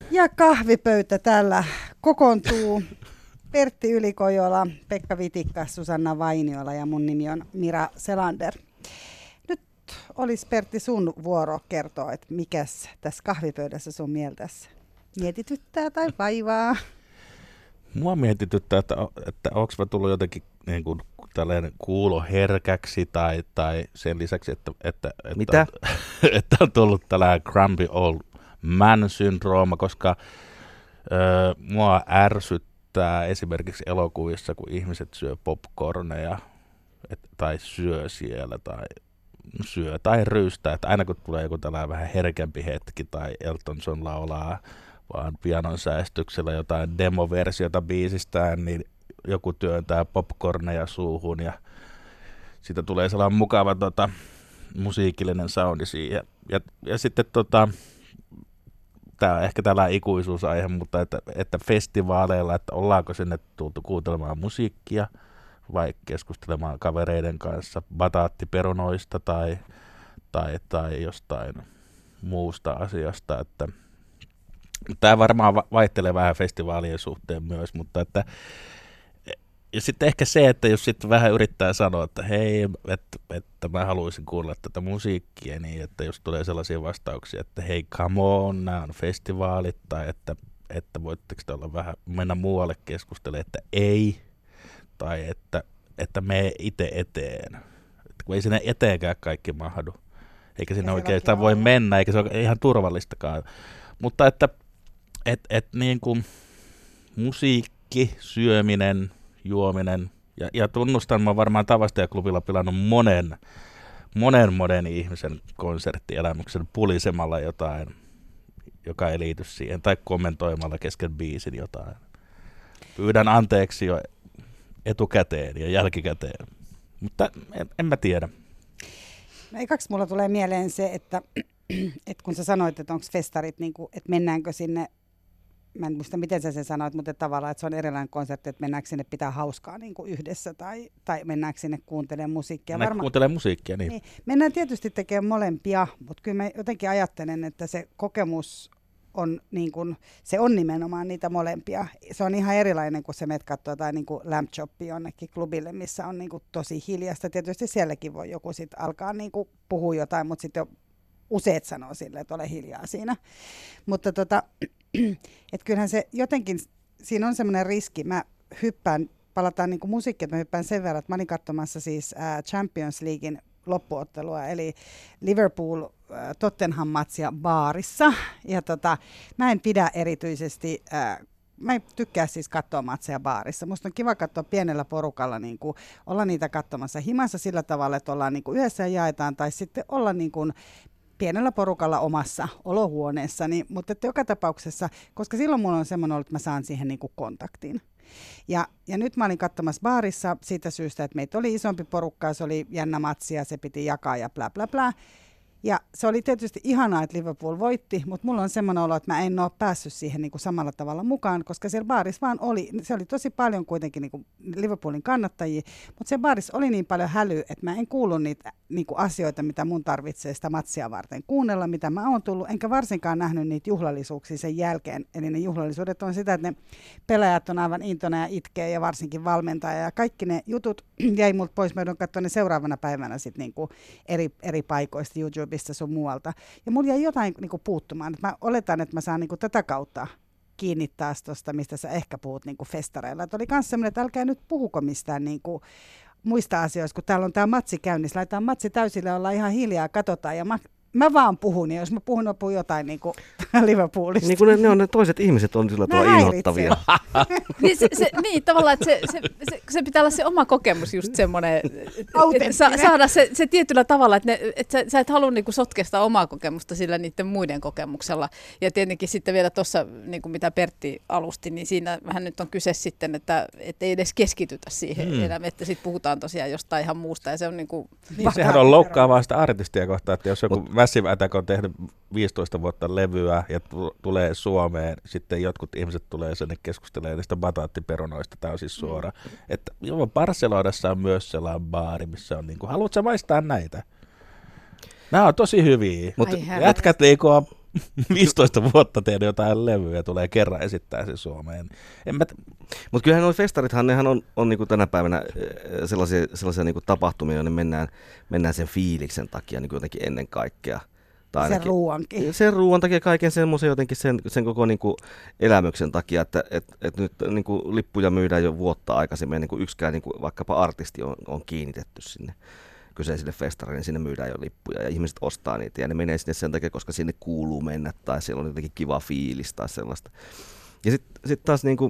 Ja kahvipöytä täällä kokoontuu. Pertti Ylikojola, Pekka Vitikka, Susanna Vainiola ja mun nimi on Mira Selander. Nyt olisi Pertti sun vuoro kertoa, että mikäs tässä kahvipöydässä sun mieltässä mietityttää tai vaivaa? Mua mietityttää, että onko mä tullut jotenkin niin kuin tällainen kuuloherkäksi tai sen lisäksi, että että on tullut tällainen grumpy old man-syndrooma, koska mua ärsyttää esimerkiksi elokuvissa, kun ihmiset syö popcorneja tai syö siellä tai ryystää, että aina kun tulee joku tällainen vähän herkempi hetki tai Elton John laulaa vaan pianon säästyksellä jotain demoversiota biisistään, niin joku työntää popcorneja suuhun ja siitä tulee sellainen mukava musiikillinen soundi siihen. Ja sitten tämä on ehkä tällainen ikuisuusaihe, mutta että festivaaleilla, että ollaanko sinne tultu kuuntelemaan musiikkia vai keskustelemaan kavereiden kanssa bataattiperunoista tai jostain muusta asiasta, että tämä varmaan vaihtelee vähän festivaalien suhteen myös, mutta ja sitten ehkä se, että jos sitten vähän yrittää sanoa, että hei, että mä haluaisin kuulla tätä musiikkia, niin että jos tulee sellaisia vastauksia, että hei, come on, nämä on festivaalit, tai että voitteko te olla vähän mennä muualle keskustelemaan, että ei, tai että mene itse eteen. Että kun ei sinne eteenkään kaikki mahdu, eikä sinne oikeastaan voi mennä, eikä se ole ihan turvallistakaan. Mutta että niin kuin musiikki, syöminen, juominen, ja tunnustan, mä varmaan Tavastajaklubilla pilannut monen ihmisen konserttielämyksen pulisemalla jotain, joka ei liity siihen, tai kommentoimalla kesken biisin jotain. Pyydän anteeksi jo etukäteen ja jälkikäteen, mutta en mä tiedä. No ekaksi mulla tulee mieleen se, että kun sä sanoit, että onko festarit, niin kuin, että mennäänkö sinne, mä en muista miten sä sen sanoit, mutta tavallaan, että se on erilainen konsertti, että mennäänkö sinne pitää hauskaa niin kuin yhdessä tai mennäänkö sinne kuuntelemaan musiikkia. Kuuntelemaan musiikkia, niin. Mennään tietysti tekemään molempia, mutta kyllä mä jotenkin ajattelen, että se kokemus on, niin kuin, se on nimenomaan niitä molempia. Se on ihan erilainen, kun se menet katsoa tai niin kuin Lamb Chopia jonnekin klubille, missä on niin kuin tosi hiljasta. Tietysti sielläkin voi joku sitten alkaa niin kuin puhua jotain, mutta sitten jo useat sanoo silleen, että ole hiljaa siinä. Mutta että kyllähän se jotenkin, siinä on semmoinen riski. Mä palataan niin kuin musiikkiin, että mä hyppään sen verran, että mä olin katsomassa siis Champions Leaguein loppuottelua, eli Liverpool Tottenham-matsia baarissa. Ja mä en pidä erityisesti, mä en tykkää siis katsoa matseja baarissa. Musta on kiva katsoa pienellä porukalla, niin kuin, olla niitä katsomassa himassa sillä tavalla, että ollaan niin kuin yhdessä ja jaetaan, tai sitten olla niin kuin pienellä porukalla omassa olohuoneessani, mutta että joka tapauksessa, koska silloin mulla on semmoinen ollut, että mä saan siihen niin kuin kontaktin. Ja nyt mä olin katsomassa baarissa siitä syystä, että meitä oli isompi porukka, se oli jännä matsi ja se piti jakaa ja bla bla bla. Ja se oli tietysti ihanaa, että Liverpool voitti, mutta mulla on semmoinen olo, että mä en ole päässyt siihen niin kuin samalla tavalla mukaan, koska siellä baarissa vaan oli, se oli tosi paljon kuitenkin niin kuin Liverpoolin kannattajia, mutta se baarissa oli niin paljon hälyä, että mä en kuullut niitä niin kuin asioita, mitä mun tarvitsee sitä matsia varten kuunnella, mitä mä oon tullut, enkä varsinkaan nähnyt niitä juhlallisuuksia sen jälkeen. Eli ne juhlallisuudet on sitä, että ne pelaajat on aivan intona ja itkee ja varsinkin valmentaja ja kaikki ne jutut jäi multa pois. Mä joudun katsoa ne seuraavana päivänä sit niin kuin eri paikoista, YouTubesta sun muualta. Ja mulla jäi jotain niin kuin puuttumaan. Mä oletan, että mä saan niin kuin tätä kautta kiinni taas tuosta, mistä sä ehkä puhut niin kuin festareilla. Et oli myös semmoinen, että älkää nyt puhuko mistään niin kuin muista asioista, kun täällä on tämä matsi käynnissä. Laitetaan matsi täysille, ollaan ihan hiljaa, katsotaan. Ja mä vaan puhun, ja jos mä puhun jotain niin kuin Liverpoolista. Niin kuin ne toiset ihmiset on sillä tavalla inhottavia. Niin, tavallaan, että se pitää olla se oma kokemus just semmoinen, saada se tietyllä tavalla, että sä et halua niinku sotkea sitä omaa kokemusta sillä niiden muiden kokemuksella. Ja tietenkin sitten vielä tuossa, niin mitä Pertti alusti, niin siinä vähän nyt on kyse sitten, että ei edes keskitytä siihen elämään, että sitten puhutaan tosiaan jostain ihan muusta. Ja se on niinku sehän on loukkaavaa sitä artistia kohtaan, että jos joku Massive Attack on tehnyt 15 vuotta levyä ja tulee Suomeen, sitten jotkut ihmiset tulee sinne keskustelemaan niistä bataattiperunoista, tämä on siis suora. Että joo, Barcelonassa on myös sellainen baari, missä on haluatko sä maistaa näitä? Nämä on tosi hyviä. Jätkät liikoo 15 vuotta tehnyt jotain levyä ja tulee kerran esittää sen Suomeen. Mutta kyllähän nuo festarithan, nehän on niinku tänä päivänä sellaisia niinku tapahtumia, joille mennään sen fiiliksen takia niinku jotenkin ennen kaikkea. Sen ruuankin. Sen ruuan takia, kaiken semmoisen jotenkin sen koko niinku elämyksen takia, että nyt niinku lippuja myydään jo vuotta aikaisemmin, niin kuin yksikään niinku vaikkapa artisti on kiinnitetty sinne kyseisille festarille, niin sinne myydään jo lippuja ja ihmiset ostaa niitä ja ne menee sinne sen takia, koska sinne kuuluu mennä tai siellä on jotenkin kiva fiilis tai sellaista. Ja sitten taas niinku,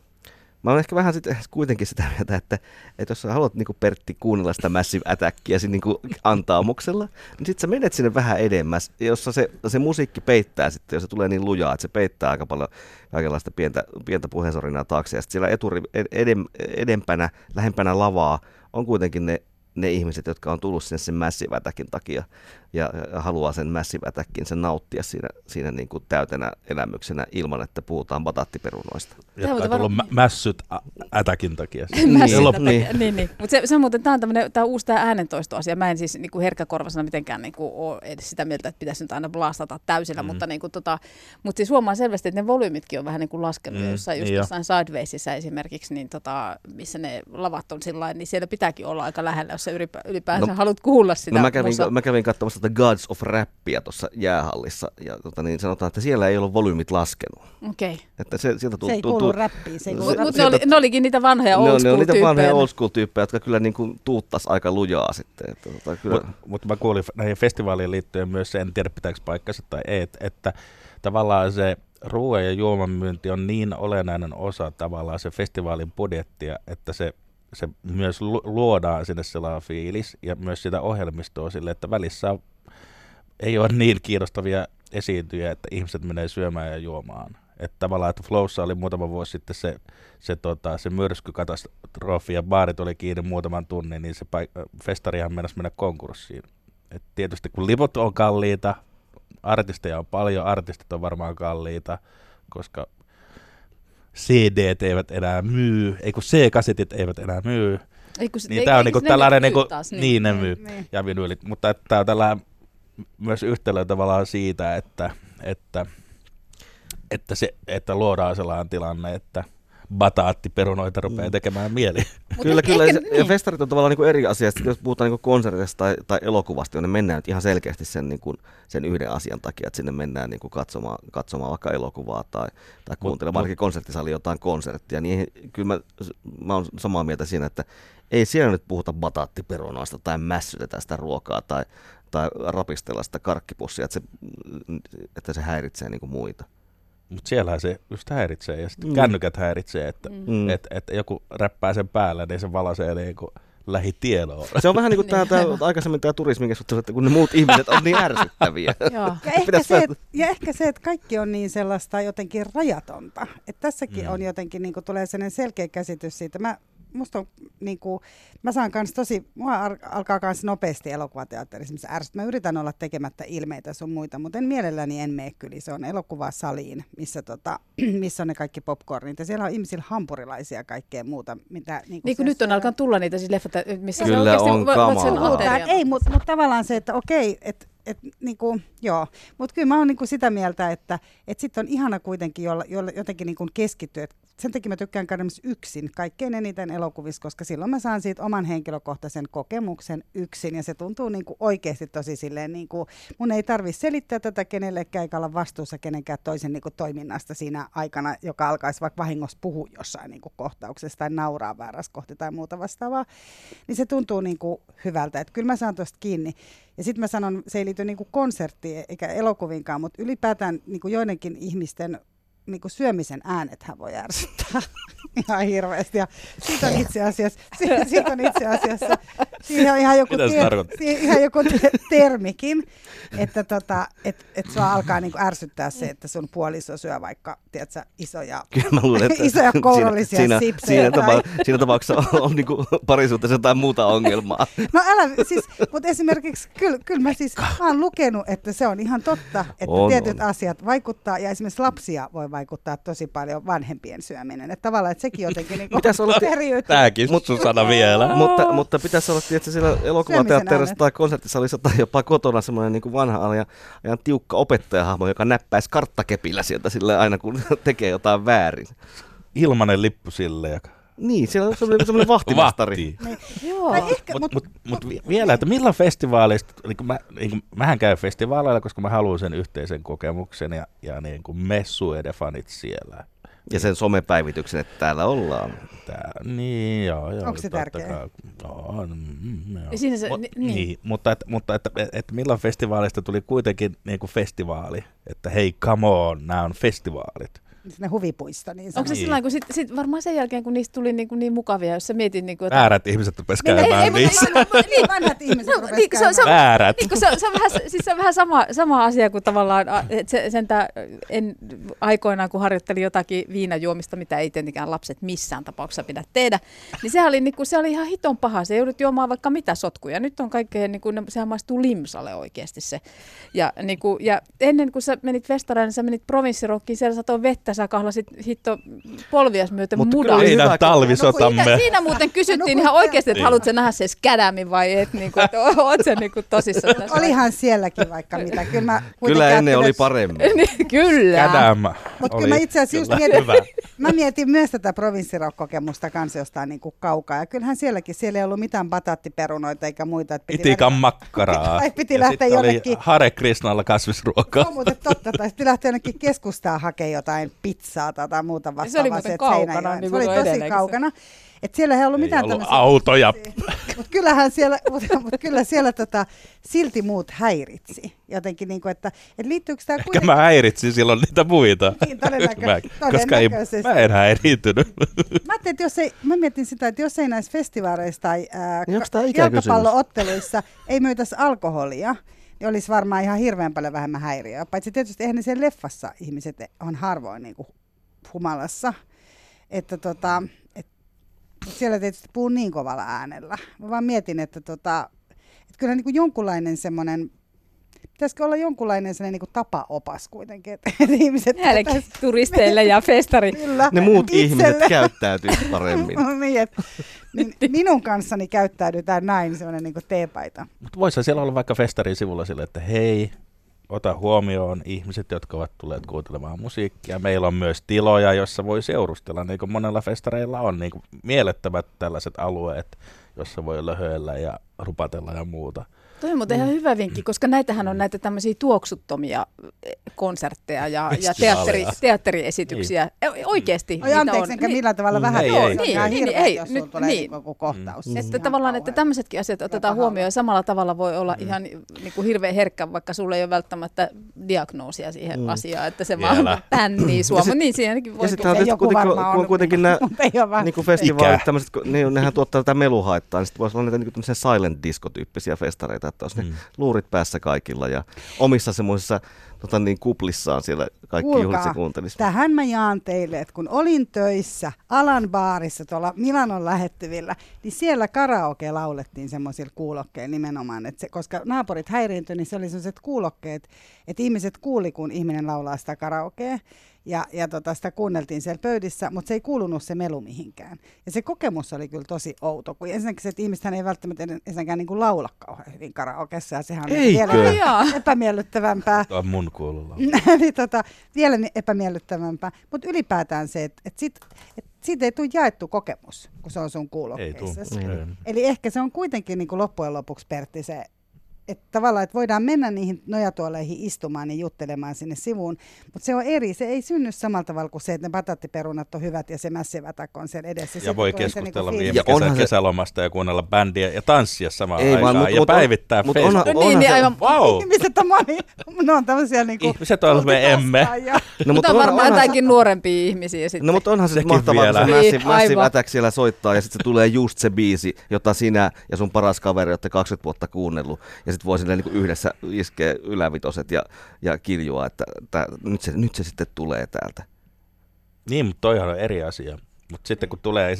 mä olen ehkä vähän kuitenkin sitä mieltä, että jos sä haluat niinku Pertti kuunnella sitä Massive Attackia niinku antaumuksella, niin sitten sä menet sinne vähän edemmäs, jossa se musiikki peittää sitten, jos se tulee niin lujaa, että se peittää aika paljon kaikenlaista pientä puheensorinaa taakse. Ja sitten siellä edempänä, lähempänä lavaa on kuitenkin ne ihmiset, jotka on tullut sinne sen Massive Attackin takia ja haluaa sen Massive Attackin sen nauttia siinä niin kuin täytenä elämyksenä ilman, että puhutaan bataattiperunoista. Jotka on tullut mässyt Attackin takia. Niin. Mutta se on muuten, tämä on uusi tämä äänentoistoasia. Mä en siis niin herkkäkorvaisena mitenkään niin ole edes sitä mieltä, että pitäisi nyt aina blastata täysillä, mutta siis huomaan selvästi, että ne volyymitkin on vähän niin kuin laskenut. Jossain Sidewaysissa esimerkiksi, niin missä ne lavat on sillain, niin siellä pitääkin olla aika lähellä, jos sä ylipäänsä haluat kuulla sitä. Mä kävin katsomassa tätä Gods of Rappia tuossa jäähallissa ja niin sanotaan, että siellä ei ole volyymit laskenut. Okei. Että se ei kuulu räppiin. Mutta ne olikin niitä vanhoja old school tyyppejä. Ne vanhoja old school tyyppejä, jotka kyllä niin kuin tuuttas aika lujaa sitten. Mutta mä kuulin näihin festivaalien liittyen myös se, en tiedä pitääkö paikkansa tai ei, että tavallaan se ruoan ja juoman myynti on niin olennainen osa tavallaan se festivaalin budjettia, että se myös luodaan sinne sellainen fiilis ja myös sitä ohjelmistoa sille, että välissä ei ole niin kiinnostavia esiintyjä, että ihmiset menee syömään ja juomaan. Että tavallaan, että Flowssa oli muutama vuosi sitten se myrskykatastrofi ja baarit oli kiinni muutaman tunnin, niin se festarihan mennessä mennä konkurssiin. Et tietysti kun liput on kalliita, artisteja on paljon, artistit on varmaan kalliita, koska CD-t eivät enää myy, C-kasetit eivät enää myy. Niin tämä on niinku tällainen, niin ne myy, ja vinyylit. Mutta tämä on tällainen myös yhtälö tavallaan siitä, että luodaan sellainen tilanne, että bataattiperunoita rupeaa tekemään mieli. Kyllä. Ja festarit on tavallaan niin kuin eri asia. Sitten jos puhutaan niin konsertista tai elokuvasta, jonne mennään nyt ihan selkeästi sen yhden asian takia, että sinne mennään niin kuin katsomaan vaikka elokuvaa tai kuuntelemaan ainakin konserttisali jotain konserttia. Niin kyllä mä oon samaa mieltä siinä, että ei siellä nyt puhuta bataattiperunoista tai mässytetä sitä ruokaa tai rapistella sitä karkkipussia, että se häiritsee niin kuin muita. Mutta siellähän se just häiritsee ja sitten kännykät häiritsee, että joku räppää sen päällä, niin se valaisee niinku lähitieloon. Se on vähän niin kuin aikaisemmin tämä turismikeskustelu, että kun ne muut ihmiset on niin ärsyttäviä. ja ehkä se, että kaikki on niin sellaista jotenkin rajatonta. Että tässäkin on jotenkin, niin kuin tulee sellainen selkeä käsitys siitä. Musta on, niin kuin, mä saan kans mua alkaa kans nopeasti elokuvateatterissa ärsyttää. Mä yritän olla tekemättä ilmeitä sun muita, mutta mielelläni en mene kyllä. Se on elokuvasaliin, missä on ne kaikki popcornit. Ja siellä on ihmisillä hampurilaisia ja kaikkea muuta. Mitä, niin kuin nyt on alkanut tulla niitä siis leffat, missä kyllä se on kamalaa. Ei, mutta tavallaan se, että okei, niinku, joo, mutta kyllä mä oon niinku sitä mieltä, että sitten on ihana kuitenkin jotenkin niinku keskittyä. Sen takia mä tykkään käydä yksin kaikkein eniten elokuvissa, koska silloin mä saan siitä oman henkilökohtaisen kokemuksen yksin ja se tuntuu niinku oikeasti tosi silleen, niinku, mun ei tarvitse selittää tätä kenellekään eikä olla vastuussa kenenkään toisen niinku toiminnasta siinä aikana, joka alkaisi vaikka vahingossa puhua jossain niinku kohtauksessa tai nauraa väärässä kohti tai muuta vastaavaa, niin se tuntuu niinku hyvältä, että kyllä mä saan tuosta kiinni. Ja sitten mä sanon, se ei liity niinku konserttiin eikä elokuvinkaan, mutta ylipäätään niinku joidenkin ihmisten niinku syömisen äänethän voi ärsyttää ihan hirveästi. Ja siitä on itse asiassa siihen on ihan joku termikin, että sua alkaa niinku ärsyttää se, että sun puoliso syö vaikka tiedätkö, isoja kourallisia sipsejä. Siinä tapauksessa on niinku parisuhteessa jotain muuta ongelmaa. No mutta esimerkiksi kyllä mä oon lukenut, että se on ihan totta, että tietyt asiat vaikuttaa ja esimerkiksi lapsia voi vaikuttaa tosi paljon vanhempien syöminen. Että tavallaan, että sekin jotenkin niin periytyy. Tämäkin sun sana vielä. Mutta pitäisi olla tiedätkö, siellä elokuvateatterissa tai konserttisalissa tai jopa kotona semmoinen niin kuin vanha ajan tiukka opettajahahmo, joka näppäisi karttakepillä sieltä sille aina, kun tekee jotain väärin. Ilmanen lippu sille, joka... Niin, siellä on semmoinen vahtimestari. Joo. Mutta vielä, että milloin festivaaleista, mähän käyn festivaaleilla, koska mä haluan sen yhteisen kokemuksen ja niin kuin messuedefanit siellä. Ja sen somepäivityksen, että täällä ollaan. Niin, joo. Onko se tärkeää? Niin, mutta että milloin festivaaleista tuli kuitenkin niin kuin festivaali, että hei, come on, nämä on festivaalit. Ne huvipuista. Niin onko se sillä kun sit varmaan sen jälkeen, kun niistä tuli niin mukavia, jos sä mietit... Niin kuin, että... Väärät ihmiset rupes käymään niissä. Niin, vanhat ihmiset rupes käymään. Väärät. Se on vähän sama asia kuin tavallaan, että aikoinaan kun harjoittelin jotakin viinajuomista, mitä ei tietenkään lapset missään tapauksessa pidä tehdä, niin se oli ihan hiton paha. Se joudut juomaan vaikka mitä sotkuja. Nyt on kaikkea, sehän maistuu limsalle oikeasti se. Ja ennen kuin sä menit festareille, niin sä menit provinssirokkiin, siellä satoi vettä, sä kahlasit hitto polvias myöten mudan. Meidän talvisotamme. Siinä muuten kysyttiin ihan oikeasti, että haluatko sä nähdä se skädämin vai et, että oot sä tosissaan tässä. Olihan sielläkin vaikka mitä. Kyllä ennen oli paremmin. Kyllä. Kädämä. Mutta kyllä mä itse asiassa mietin myös tätä provinssirock-kokemusta kanssa jostain niin kuin kaukaa. Ja kyllähän siellä ei ollut mitään bataattiperunoita eikä muita. Itikan makkaraa. Piti lähteä jonnekin. Hare Krishnalla kasvisruokaa. No, mutta totta. Tai sitten lähteä jonnekin keskustaan hakemaan jotain pizzaa tai muuta vastaavaa. Se oli muuten kaukana. Se oli tosi kaukana. Että siellä ei ollut mitään tämmöisiä autoja. Mutta kyllähän siellä, kyllä siellä silti muut häiritsi. Jotenkin niin kuin, että liittyykö tämä kuitenkin... Mä häiritsin silloin niitä muita. Niin, todennäköisesti. Koska mä en häiriintynyt. Mä mietin sitä, että jos ei näissä festivaaleissa tai niin jalkapallo-otteluissa ei myytäisi alkoholia, niin olisi varmaan ihan hirveän paljon vähemmän häiriöä. Paitsi tietysti eihän ne siellä leffassa ihmiset on harvoin niin kuin humalassa. Että siellä tietysti puhuu niin kovalla äänellä. Mä vaan mietin, että kyllä niin kuin jonkunlainen semmoinen, pitäisikö olla jonkunlainen sellainen niin kuin tapaopas kuitenkin, että ihmiset... turisteille ja festari. Kyllä, ne muut ihmiset käyttäytyy paremmin. niin, minun kanssani käyttäydytään näin, semmoinen niin kuin teepaita. Mutta voisi siellä olla vaikka festarin sivulla sille, että hei, ota huomioon ihmiset, jotka ovat tulleet kuuntelemaan musiikkia. Meillä on myös tiloja, joissa voi seurustella, niin kuin monella festareilla on, niin kuin mielettömät tällaiset alueet, jossa voi löhöillä ja rupatella ja muuta. Toi on muuten ihan hyvä vinkki, koska näitähän on näitä tämmöisiä tuoksuttomia konsertteja ja teatteriesityksiä. Oikeasti. Anteeksi, enkä millään tavalla vähän jos sulla tulee joku kohtaus. Että tavallaan, että tämmöisetkin asiat otetaan huomioon ja samalla tavalla voi olla ihan niin kuin hirveän herkkä, vaikka sulla ei ole välttämättä diagnoosia siihen asiaan, että se vaan pännii sua. Mutta niin siinäkin voi on kuitenkin nämä niin festivaalit, tämmöiset, nehän tuottaa tätä meluhaittaa, niin sitten voisi olla näitä tämmöisiä silent disco-tyyppisiä festareita, että olisi ne luurit päässä kaikilla ja omissa semmoisissa kuplissaan siellä kaikki juhlit se kuuntelisi. Tähän mä jaan teille, että kun olin töissä Alan baarissa tuolla Milanon lähettyvillä, niin siellä karaoke laulettiin semmoisilla kuulokkeilla nimenomaan, että koska naapurit häiriintyi, niin se oli sellaiset kuulokkeet, että ihmiset kuuli, kun ihminen laulaa sitä karaokea. Ja sitä kuunneltiin siellä pöydissä, mutta se ei kuulunut se melu mihinkään. Ja se kokemus oli kyllä tosi outo, kun ensinnäkin se, että ihmisethän ei välttämättä ensinnäkään niin kuin laula kauhean hyvin karaokeessa, ja sehän on vielä epämiellyttävämpää. Tämä on mun kuulolla. Vielä epämiellyttävämpää, mutta ylipäätään se, että siitä ei tule jaettu kokemus, kun se on sun kuulokkeissa. Eli ehkä se on kuitenkin niin kuin loppujen lopuksi, Pertti, se, että tavallaan, että voidaan mennä niihin nojatuoleihin istumaan ja juttelemaan sinne sivuun, mutta se on eri. Se ei synny samalla tavalla kuin se, että ne bataattiperunat on hyvät ja se mässivätakko on siellä edessä. Ja voi keskustella viime kesän kesälomasta ja kuunnella bändiä ja tanssia samaan aikaan ja päivittää Facebook. Ihmiset on ne on tämmöisiä niinku... Ihmiset on me emme. Mutta on varmaan jotakin nuorempia ihmisiä sitten. No mutta onhan se mahtavaa, kun se Massive Attack siellä soittaa ja sitten se tulee just se biisi, jota sinä ja sun paras kaveri olette 20 vuotta kuunnellut. Ja sitten voi niin yhdessä iskeä ylävitoset ja kiljua, että nyt se sitten tulee täältä. Niin, mutta toihan on eri asia. Mutta sitten kun tulee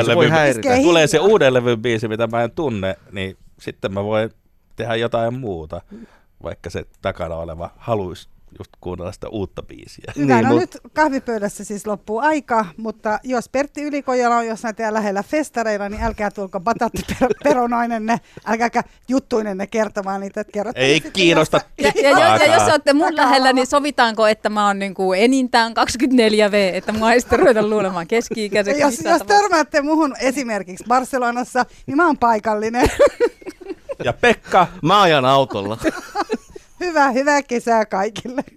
se uuden levyn biisi, mitä mä en tunne, niin sitten mä voin tehdä jotain muuta, vaikka se takana oleva haluaisi just kuunnella sitä uutta biisiä. Hyvä, Niin, no nyt kahvipöydässä siis loppuu aika, mutta jos Pertti Ylikojala on jossain teidän lähellä festareilla, niin älkää tulko bataattiperonoinenne, älkääkä juttuinenne kertomaan niitä, että kerrotte Ei sitten kiinnosta Ja jos olette mun lähellä, niin sovitaanko, että mä oon niinku enintään 24V, että mua ei sitten ruveta luulemaan keski-ikäiseksi. Jos törmäätte muhun esimerkiksi Barcelonassa, niin mä oon paikallinen. Ja Pekka, Mä ajan autolla. Hyvää kesää kaikille.